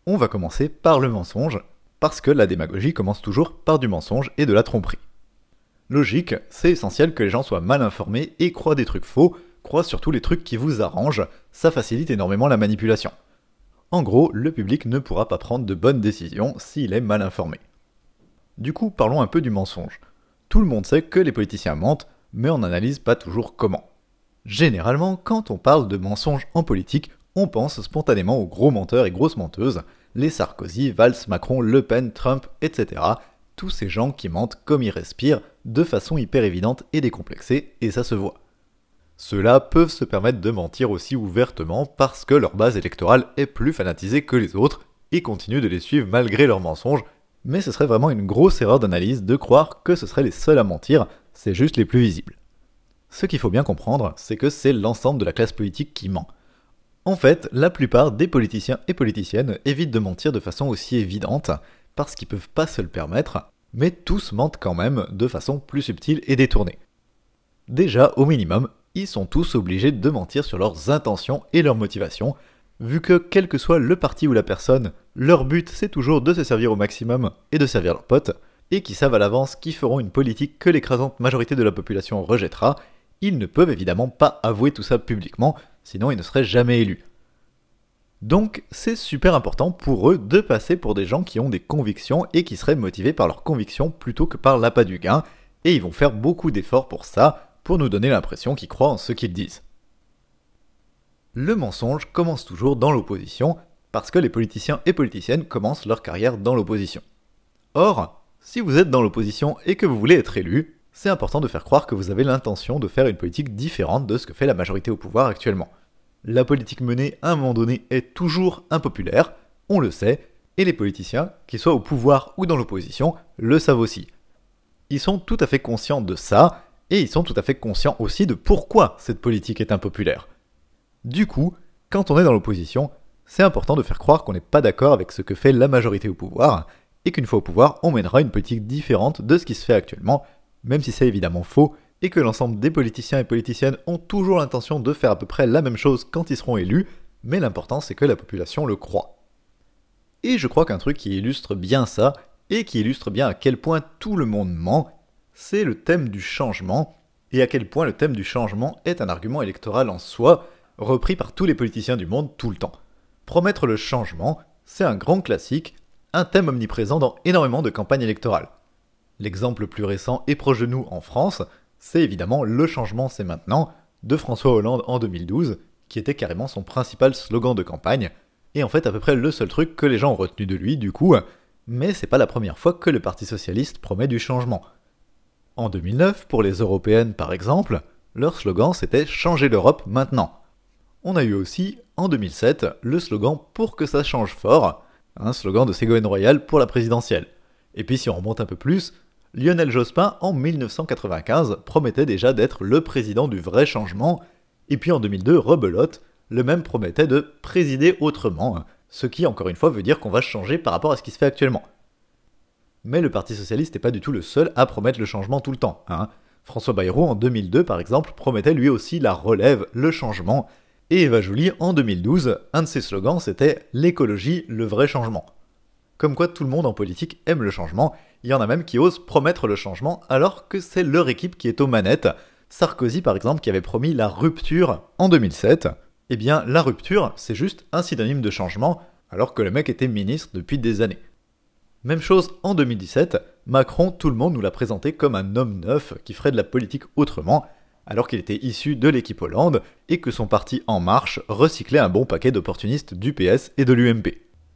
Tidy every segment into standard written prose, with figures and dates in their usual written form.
On va commencer par le mensonge, parce que la démagogie commence toujours par du mensonge et de la tromperie. Logique, c'est essentiel que les gens soient mal informés et croient des trucs faux, croient surtout les trucs qui vous arrangent, ça facilite énormément la manipulation. En gros, le public ne pourra pas prendre de bonnes décisions s'il est mal informé. Du coup, parlons un peu du mensonge. Tout le monde sait que les politiciens mentent, mais on n'analyse pas toujours comment. Généralement, quand on parle de mensonges en politique, on pense spontanément aux gros menteurs et grosses menteuses, les Sarkozy, Valls, Macron, Le Pen, Trump, etc. Tous ces gens qui mentent comme ils respirent, de façon hyper évidente et décomplexée, et ça se voit. Ceux-là peuvent se permettre de mentir aussi ouvertement parce que leur base électorale est plus fanatisée que les autres et continuent de les suivre malgré leurs mensonges, mais ce serait vraiment une grosse erreur d'analyse de croire que ce seraient les seuls à mentir, c'est juste les plus visibles. Ce qu'il faut bien comprendre, c'est que c'est l'ensemble de la classe politique qui ment. En fait, la plupart des politiciens et politiciennes évitent de mentir de façon aussi évidente, parce qu'ils peuvent pas se le permettre, mais tous mentent quand même de façon plus subtile et détournée. Déjà, au minimum, ils sont tous obligés de mentir sur leurs intentions et leurs motivations, vu que quel que soit le parti ou la personne, leur but c'est toujours de se servir au maximum et de servir leurs potes, et qui savent à l'avance qu'ils feront une politique que l'écrasante majorité de la population rejettera, ils ne peuvent évidemment pas avouer tout ça publiquement, sinon ils ne seraient jamais élus. Donc c'est super important pour eux de passer pour des gens qui ont des convictions et qui seraient motivés par leurs convictions plutôt que par l'appât du gain, et ils vont faire beaucoup d'efforts pour ça, pour nous donner l'impression qu'ils croient en ce qu'ils disent. Le mensonge commence toujours dans l'opposition, parce que les politiciens et politiciennes commencent leur carrière dans l'opposition. Or, si vous êtes dans l'opposition et que vous voulez être élu, c'est important de faire croire que vous avez l'intention de faire une politique différente de ce que fait la majorité au pouvoir actuellement. La politique menée à un moment donné est toujours impopulaire, on le sait, et les politiciens, qu'ils soient au pouvoir ou dans l'opposition, le savent aussi. Ils sont tout à fait conscients de ça, et ils sont tout à fait conscients aussi de pourquoi cette politique est impopulaire. Du coup, quand on est dans l'opposition, c'est important de faire croire qu'on n'est pas d'accord avec ce que fait la majorité au pouvoir, et qu'une fois au pouvoir, on mènera une politique différente de ce qui se fait actuellement, même si c'est évidemment faux, et que l'ensemble des politiciens et politiciennes ont toujours l'intention de faire à peu près la même chose quand ils seront élus, mais l'important c'est que la population le croit. Et je crois qu'un truc qui illustre bien ça, et qui illustre bien à quel point tout le monde ment, c'est le thème du changement, et à quel point le thème du changement est un argument électoral en soi, repris par tous les politiciens du monde tout le temps. Promettre le changement, c'est un grand classique, un thème omniprésent dans énormément de campagnes électorales. L'exemple le plus récent et proche de nous en France, c'est évidemment « Le changement c'est maintenant » de François Hollande en 2012, qui était carrément son principal slogan de campagne, et en fait à peu près le seul truc que les gens ont retenu de lui du coup, mais c'est pas la première fois que le Parti Socialiste promet du changement. En 2009, pour les européennes par exemple, leur slogan c'était « Changer l'Europe maintenant ». On a eu aussi, en 2007, le slogan « Pour que ça change fort », un slogan de Ségolène Royal pour la présidentielle. Et puis si on remonte un peu plus, Lionel Jospin, en 1995, promettait déjà d'être le président du vrai changement, et puis en 2002, rebelote, le même promettait de présider autrement, ce qui, encore une fois, veut dire qu'on va changer par rapport à ce qui se fait actuellement. Mais le Parti Socialiste n'est pas du tout le seul à promettre le changement tout le temps. François Bayrou, en 2002, par exemple, promettait lui aussi la relève, le changement, et Eva Joly, en 2012, un de ses slogans, c'était « L'écologie, le vrai changement ». Comme quoi tout le monde en politique aime le changement, il y en a même qui osent promettre le changement alors que c'est leur équipe qui est aux manettes. Sarkozy par exemple qui avait promis la rupture en 2007, eh bien la rupture c'est juste un synonyme de changement alors que le mec était ministre depuis des années. Même chose en 2017, Macron tout le monde nous l'a présenté comme un homme neuf qui ferait de la politique autrement alors qu'il était issu de l'équipe Hollande et que son parti En Marche recyclait un bon paquet d'opportunistes du PS et de l'UMP.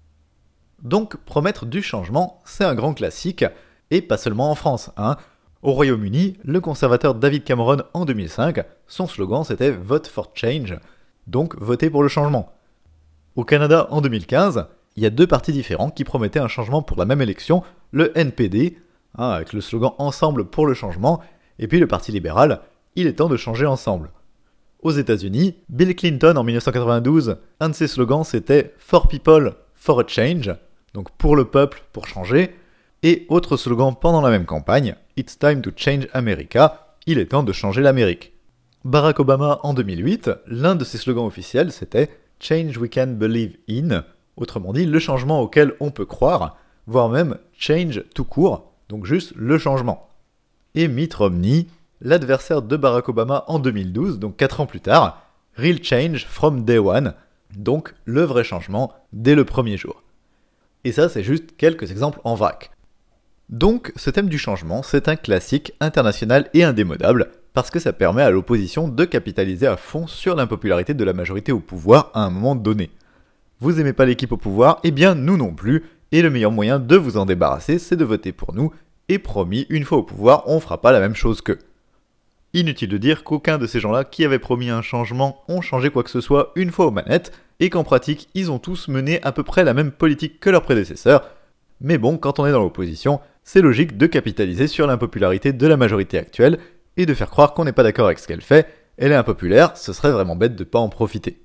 Donc promettre du changement, c'est un grand classique, et pas seulement en France. Au Royaume-Uni, le conservateur David Cameron en 2005, son slogan c'était « Vote for Change », donc voter pour le changement. Au Canada en 2015, il y a deux partis différents qui promettaient un changement pour la même élection, le NPD, avec le slogan « Ensemble pour le changement », et puis le Parti libéral, « Il est temps de changer ensemble ». Aux États-Unis, Bill Clinton en 1992, un de ses slogans c'était « For People, for a Change », donc pour le peuple, pour changer, et autre slogan pendant la même campagne, It's time to change America, il est temps de changer l'Amérique. Barack Obama en 2008, l'un de ses slogans officiels c'était Change we can believe in, Autrement dit, le changement auquel on peut croire, voire même change tout court, donc juste le changement. Et Mitt Romney, l'adversaire de Barack Obama en 2012, donc 4 ans plus tard, real change from day one, donc le vrai changement dès le premier jour. Et ça, c'est juste quelques exemples en vrac. Donc, ce thème du changement, c'est un classique international et indémodable, parce que ça permet à l'opposition de capitaliser à fond sur l'impopularité de la majorité au pouvoir à un moment donné. Vous aimez pas l'équipe au pouvoir, eh bien nous non plus, et le meilleur moyen de vous en débarrasser, c'est de voter pour nous, et promis, une fois au pouvoir, on fera pas la même chose qu'eux. Inutile de dire qu'aucun de ces gens-là qui avaient promis un changement ont changé quoi que ce soit une fois aux manettes, et qu'en pratique, ils ont tous mené à peu près la même politique que leurs prédécesseurs. Mais bon, quand on est dans l'opposition, c'est logique de capitaliser sur l'impopularité de la majorité actuelle, et de faire croire qu'on n'est pas d'accord avec ce qu'elle fait, elle est impopulaire, ce serait vraiment bête de pas en profiter.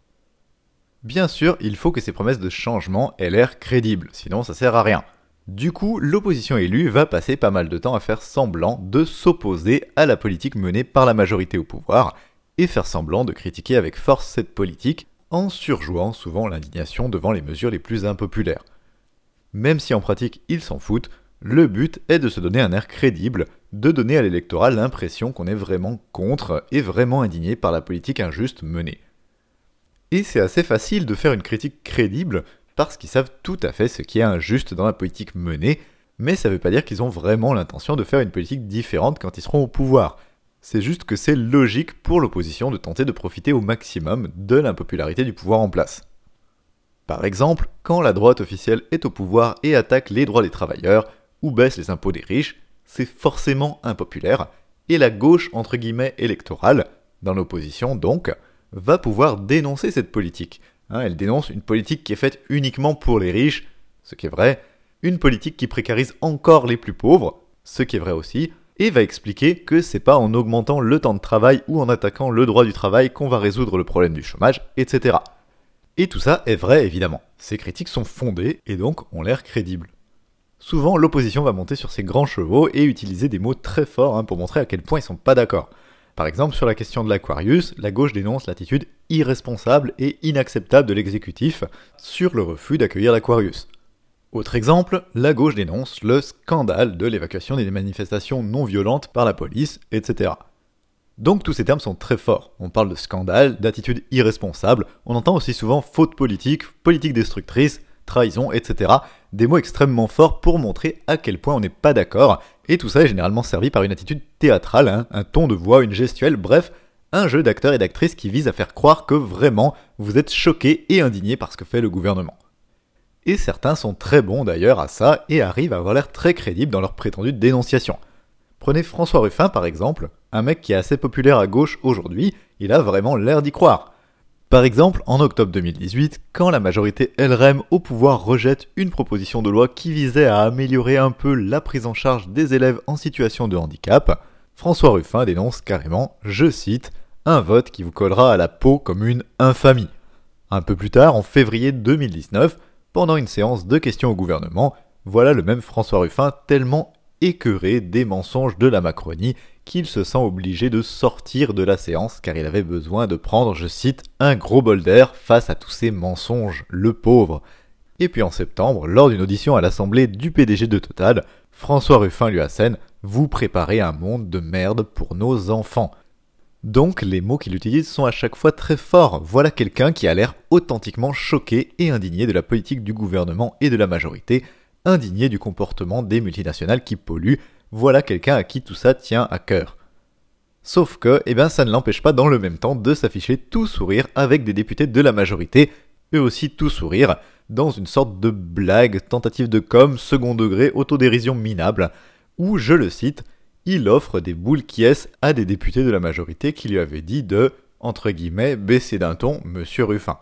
Bien sûr, il faut que ces promesses de changement aient l'air crédibles, sinon ça sert à rien. Du coup, l'opposition élue va passer pas mal de temps à faire semblant de s'opposer à la politique menée par la majorité au pouvoir, et faire semblant de critiquer avec force cette politique, en surjouant souvent l'indignation devant les mesures les plus impopulaires. Même si en pratique ils s'en foutent, le but est de se donner un air crédible, de donner à l'électorat l'impression qu'on est vraiment contre et vraiment indigné par la politique injuste menée. Et c'est assez facile de faire une critique crédible parce qu'ils savent tout à fait ce qui est injuste dans la politique menée, mais ça veut pas dire qu'ils ont vraiment l'intention de faire une politique différente quand ils seront au pouvoir. C'est juste que c'est logique pour l'opposition de tenter de profiter au maximum de l'impopularité du pouvoir en place. Par exemple, quand la droite officielle est au pouvoir et attaque les droits des travailleurs, ou baisse les impôts des riches, c'est forcément impopulaire, et la gauche entre guillemets électorale, dans l'opposition donc, va pouvoir dénoncer cette politique. Elle dénonce une politique qui est faite uniquement pour les riches, ce qui est vrai, une politique qui précarise encore les plus pauvres, ce qui est vrai aussi, et va expliquer que c'est pas en augmentant le temps de travail ou en attaquant le droit du travail qu'on va résoudre le problème du chômage, etc. Et tout ça est vrai évidemment. Ces critiques sont fondées et donc ont l'air crédibles. Souvent, l'opposition va monter sur ses grands chevaux et utiliser des mots très forts pour montrer à quel point ils sont pas d'accord. Par exemple, sur la question de l'Aquarius, la gauche dénonce l'attitude irresponsable et inacceptable de l'exécutif sur le refus d'accueillir l'Aquarius. Autre exemple, la gauche dénonce le scandale de l'évacuation des manifestations non violentes par la police, etc. Donc tous ces termes sont très forts. On parle de scandale, d'attitude irresponsable, on entend aussi souvent faute politique, politique destructrice, trahison, etc. Des mots extrêmement forts pour montrer à quel point on n'est pas d'accord, et tout ça est généralement servi par une attitude théâtrale, un ton de voix, une gestuelle, bref, un jeu d'acteurs et d'actrices qui vise à faire croire que vraiment vous êtes choqués et indignés par ce que fait le gouvernement. Et certains sont très bons d'ailleurs à ça et arrivent à avoir l'air très crédibles dans leur prétendue dénonciation. Prenez François Ruffin par exemple, un mec qui est assez populaire à gauche aujourd'hui, il a vraiment l'air d'y croire. Par exemple, en octobre 2018, quand la majorité LREM au pouvoir rejette une proposition de loi qui visait à améliorer un peu la prise en charge des élèves en situation de handicap, François Ruffin dénonce carrément, je cite, « un vote qui vous collera à la peau comme une infamie ». Un peu plus tard, en février 2019, pendant une séance de questions au gouvernement, voilà le même François Ruffin tellement écœuré des mensonges de la Macronie qu'il se sent obligé de sortir de la séance car il avait besoin de prendre, je cite, un gros bol d'air face à tous ces mensonges, le pauvre. Et puis en septembre, lors d'une audition à l'Assemblée du PDG de Total, François Ruffin lui assène « Vous préparez un monde de merde pour nos enfants ». Donc les mots qu'il utilise sont à chaque fois très forts. Voilà quelqu'un qui a l'air authentiquement choqué et indigné de la politique du gouvernement et de la majorité, indigné du comportement des multinationales qui polluent. Voilà quelqu'un à qui tout ça tient à cœur. Sauf que, ça ne l'empêche pas dans le même temps de s'afficher tout sourire avec des députés de la majorité, eux aussi tout sourire, dans une sorte de blague, tentative de com, second degré, autodérision minable, où, je le cite, il offre des boules qui à des députés de la majorité qui lui avaient dit de, entre guillemets, baisser d'un ton Monsieur Ruffin.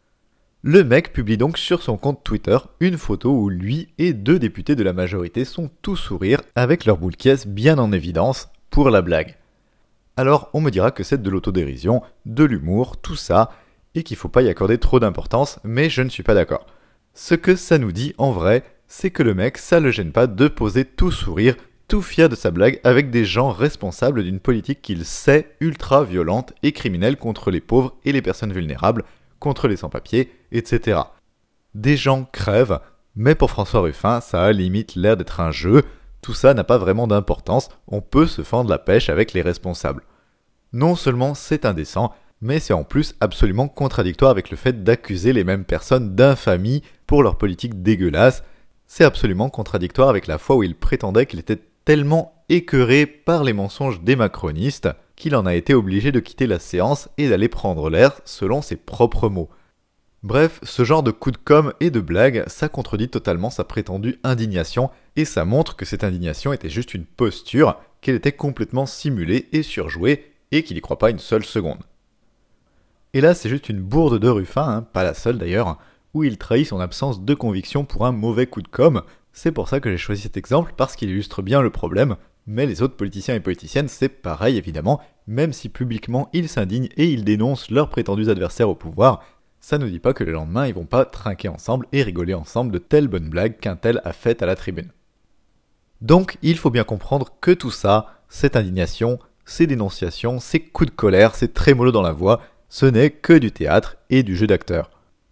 Le mec publie donc sur son compte Twitter une photo où lui et 2 députés de la majorité sont tous sourire avec leur boule qui bien en évidence pour la blague. Alors on me dira que c'est de l'autodérision, de l'humour, tout ça, et qu'il faut pas y accorder trop d'importance, mais je ne suis pas d'accord. Ce que ça nous dit en vrai, c'est que le mec, ça le gêne pas de poser tout sourire, tout fier de sa blague avec des gens responsables d'une politique qu'il sait ultra violente et criminelle contre les pauvres et les personnes vulnérables, contre les sans-papiers, etc. des gens crèvent, mais pour François Ruffin, ça a limite l'air d'être un jeu, tout ça n'a pas vraiment d'importance, on peut se fendre la pêche avec les responsables. Non seulement c'est indécent, mais c'est en plus absolument contradictoire avec le fait d'accuser les mêmes personnes d'infamie pour leur politique dégueulasse. C'est absolument contradictoire avec la fois où il prétendait qu'il était tellement écœuré par les mensonges des macronistes qu'il en a été obligé de quitter la séance et d'aller prendre l'air selon ses propres mots. Bref, ce genre de coup de com' et de blague, ça contredit totalement sa prétendue indignation, et ça montre que cette indignation était juste une posture, qu'elle était complètement simulée et surjouée, et qu'il n'y croit pas une seule seconde. Et là, c'est juste une bourde de Ruffin, pas la seule d'ailleurs, où il trahit son absence de conviction pour un mauvais coup de com'. C'est pour ça que j'ai choisi cet exemple, parce qu'il illustre bien le problème, mais les autres politiciens et politiciennes, c'est pareil évidemment, même si publiquement ils s'indignent et ils dénoncent leurs prétendus adversaires au pouvoir, ça ne dit pas que le lendemain ils vont pas trinquer ensemble et rigoler ensemble de telles bonnes blagues qu'un tel a faites à la tribune. Donc il faut bien comprendre que tout ça, cette indignation, ces dénonciations, ces coups de colère, ces trémolos dans la voix, ce n'est que du théâtre et du jeu d'acteur.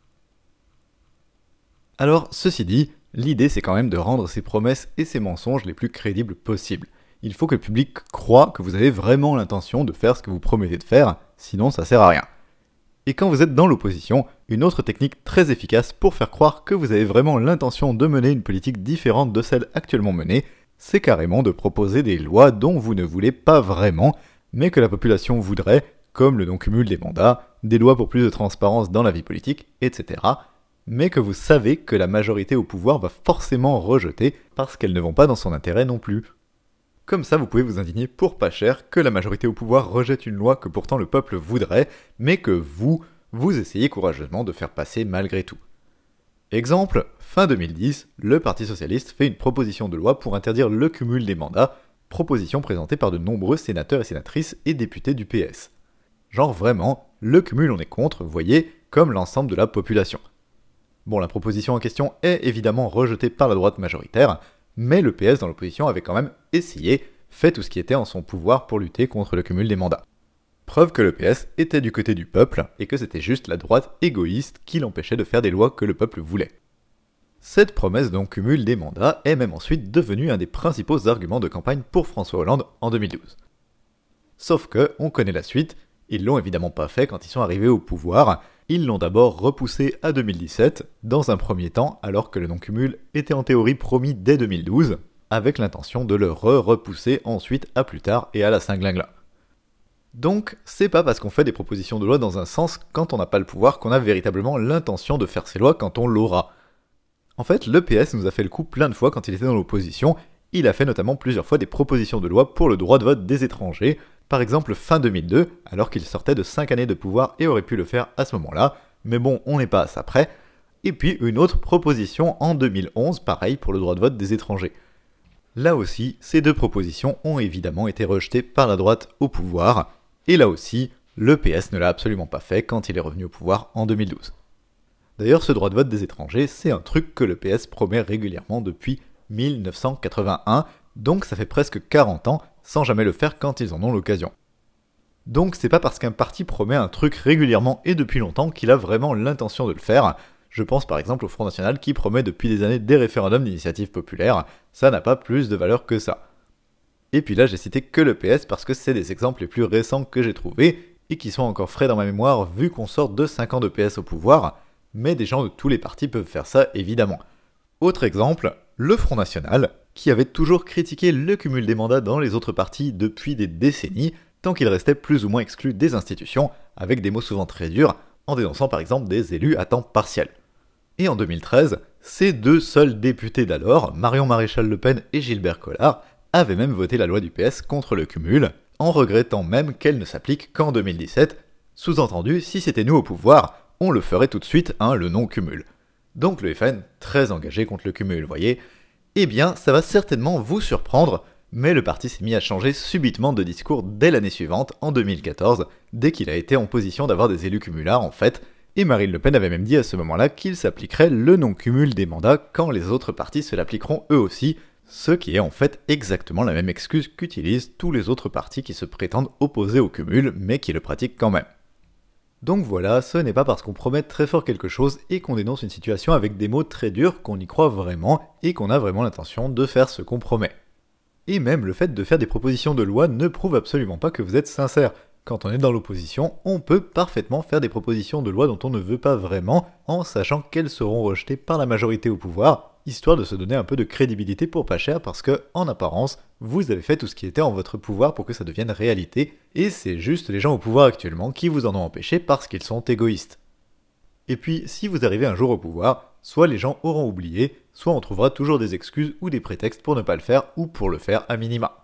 Alors, ceci dit, l'idée c'est quand même de rendre ces promesses et ces mensonges les plus crédibles possibles. Il faut que le public croie que vous avez vraiment l'intention de faire ce que vous promettez de faire, sinon ça sert à rien. Et quand vous êtes dans l'opposition, une autre technique très efficace pour faire croire que vous avez vraiment l'intention de mener une politique différente de celle actuellement menée, c'est carrément de proposer des lois dont vous ne voulez pas vraiment, mais que la population voudrait, comme le non-cumul des mandats, des lois pour plus de transparence dans la vie politique, etc., mais que vous savez que la majorité au pouvoir va forcément rejeter parce qu'elles ne vont pas dans son intérêt non plus. Comme ça, vous pouvez vous indigner pour pas cher que la majorité au pouvoir rejette une loi que pourtant le peuple voudrait, mais que vous essayez courageusement de faire passer malgré tout. Exemple, fin 2010, le Parti Socialiste fait une proposition de loi pour interdire le cumul des mandats, proposition présentée par de nombreux sénateurs et sénatrices et députés du PS. Genre vraiment, le cumul on est contre, vous voyez, comme l'ensemble de la population. Bon, la proposition en question est évidemment rejetée par la droite majoritaire, mais le PS dans l'opposition avait quand même essayé, fait tout ce qui était en son pouvoir pour lutter contre le cumul des mandats. Preuve que le PS était du côté du peuple et que c'était juste la droite égoïste qui l'empêchait de faire des lois que le peuple voulait. Cette promesse d'un cumul des mandats est même ensuite devenue un des principaux arguments de campagne pour François Hollande en 2012. Sauf que, on connaît la suite, ils l'ont évidemment pas fait quand ils sont arrivés au pouvoir. Ils l'ont d'abord repoussé à 2017, dans un premier temps, alors que le non-cumul était en théorie promis dès 2012, avec l'intention de le repousser ensuite à plus tard et à la Saint-Glinglin. Donc, c'est pas parce qu'on fait des propositions de loi dans un sens quand on n'a pas le pouvoir qu'on a véritablement l'intention de faire ces lois quand on l'aura. En fait, le PS nous a fait le coup plein de fois quand il était dans l'opposition. Il a fait notamment plusieurs fois des propositions de loi pour le droit de vote des étrangers, par exemple fin 2002, alors qu'il sortait de 5 années de pouvoir et aurait pu le faire à ce moment-là, mais bon, on n'est pas à ça près. Et puis une autre proposition en 2011, pareil pour le droit de vote des étrangers. Là aussi, ces deux propositions ont évidemment été rejetées par la droite au pouvoir, et là aussi, le PS ne l'a absolument pas fait quand il est revenu au pouvoir en 2012. D'ailleurs, ce droit de vote des étrangers, c'est un truc que le PS promet régulièrement depuis 1981, donc ça fait presque 40 ans, sans jamais le faire quand ils en ont l'occasion. Donc c'est pas parce qu'un parti promet un truc régulièrement et depuis longtemps qu'il a vraiment l'intention de le faire. Je pense par exemple au Front National qui promet depuis des années des référendums d'initiative populaire, ça n'a pas plus de valeur que ça. Et puis là j'ai cité que le PS parce que c'est des exemples les plus récents que j'ai trouvés, et qui sont encore frais dans ma mémoire vu qu'on sort de 5 ans de PS au pouvoir, mais des gens de tous les partis peuvent faire ça évidemment. Autre exemple, le Front National, qui avait toujours critiqué le cumul des mandats dans les autres partis depuis des décennies, tant qu'il restait plus ou moins exclu des institutions, avec des mots souvent très durs, en dénonçant par exemple des élus à temps partiel. Et en 2013, ces deux seuls députés d'alors, Marion Maréchal Le Pen et Gilbert Collard, avaient même voté la loi du PS contre le cumul, en regrettant même qu'elle ne s'applique qu'en 2017, sous-entendu, si c'était nous au pouvoir, on le ferait tout de suite, le non-cumul. Donc le FN, très engagé contre le cumul, voyez. Eh bien, ça va certainement vous surprendre, mais le parti s'est mis à changer subitement de discours dès l'année suivante, en 2014, dès qu'il a été en position d'avoir des élus cumulards en fait, et Marine Le Pen avait même dit à ce moment-là qu'il s'appliquerait le non-cumul des mandats quand les autres partis se l'appliqueront eux aussi, ce qui est en fait exactement la même excuse qu'utilisent tous les autres partis qui se prétendent opposés au cumul, mais qui le pratiquent quand même. Donc voilà, ce n'est pas parce qu'on promet très fort quelque chose et qu'on dénonce une situation avec des mots très durs qu'on y croit vraiment et qu'on a vraiment l'intention de faire ce qu'on promet. Et même le fait de faire des propositions de loi ne prouve absolument pas que vous êtes sincère. Quand on est dans l'opposition, on peut parfaitement faire des propositions de loi dont on ne veut pas vraiment, en sachant qu'elles seront rejetées par la majorité au pouvoir, histoire de se donner un peu de crédibilité pour pas cher, parce que, en apparence, vous avez fait tout ce qui était en votre pouvoir pour que ça devienne réalité, et c'est juste les gens au pouvoir actuellement qui vous en ont empêché parce qu'ils sont égoïstes. Et puis, si vous arrivez un jour au pouvoir, soit les gens auront oublié, soit on trouvera toujours des excuses ou des prétextes pour ne pas le faire ou pour le faire à minima.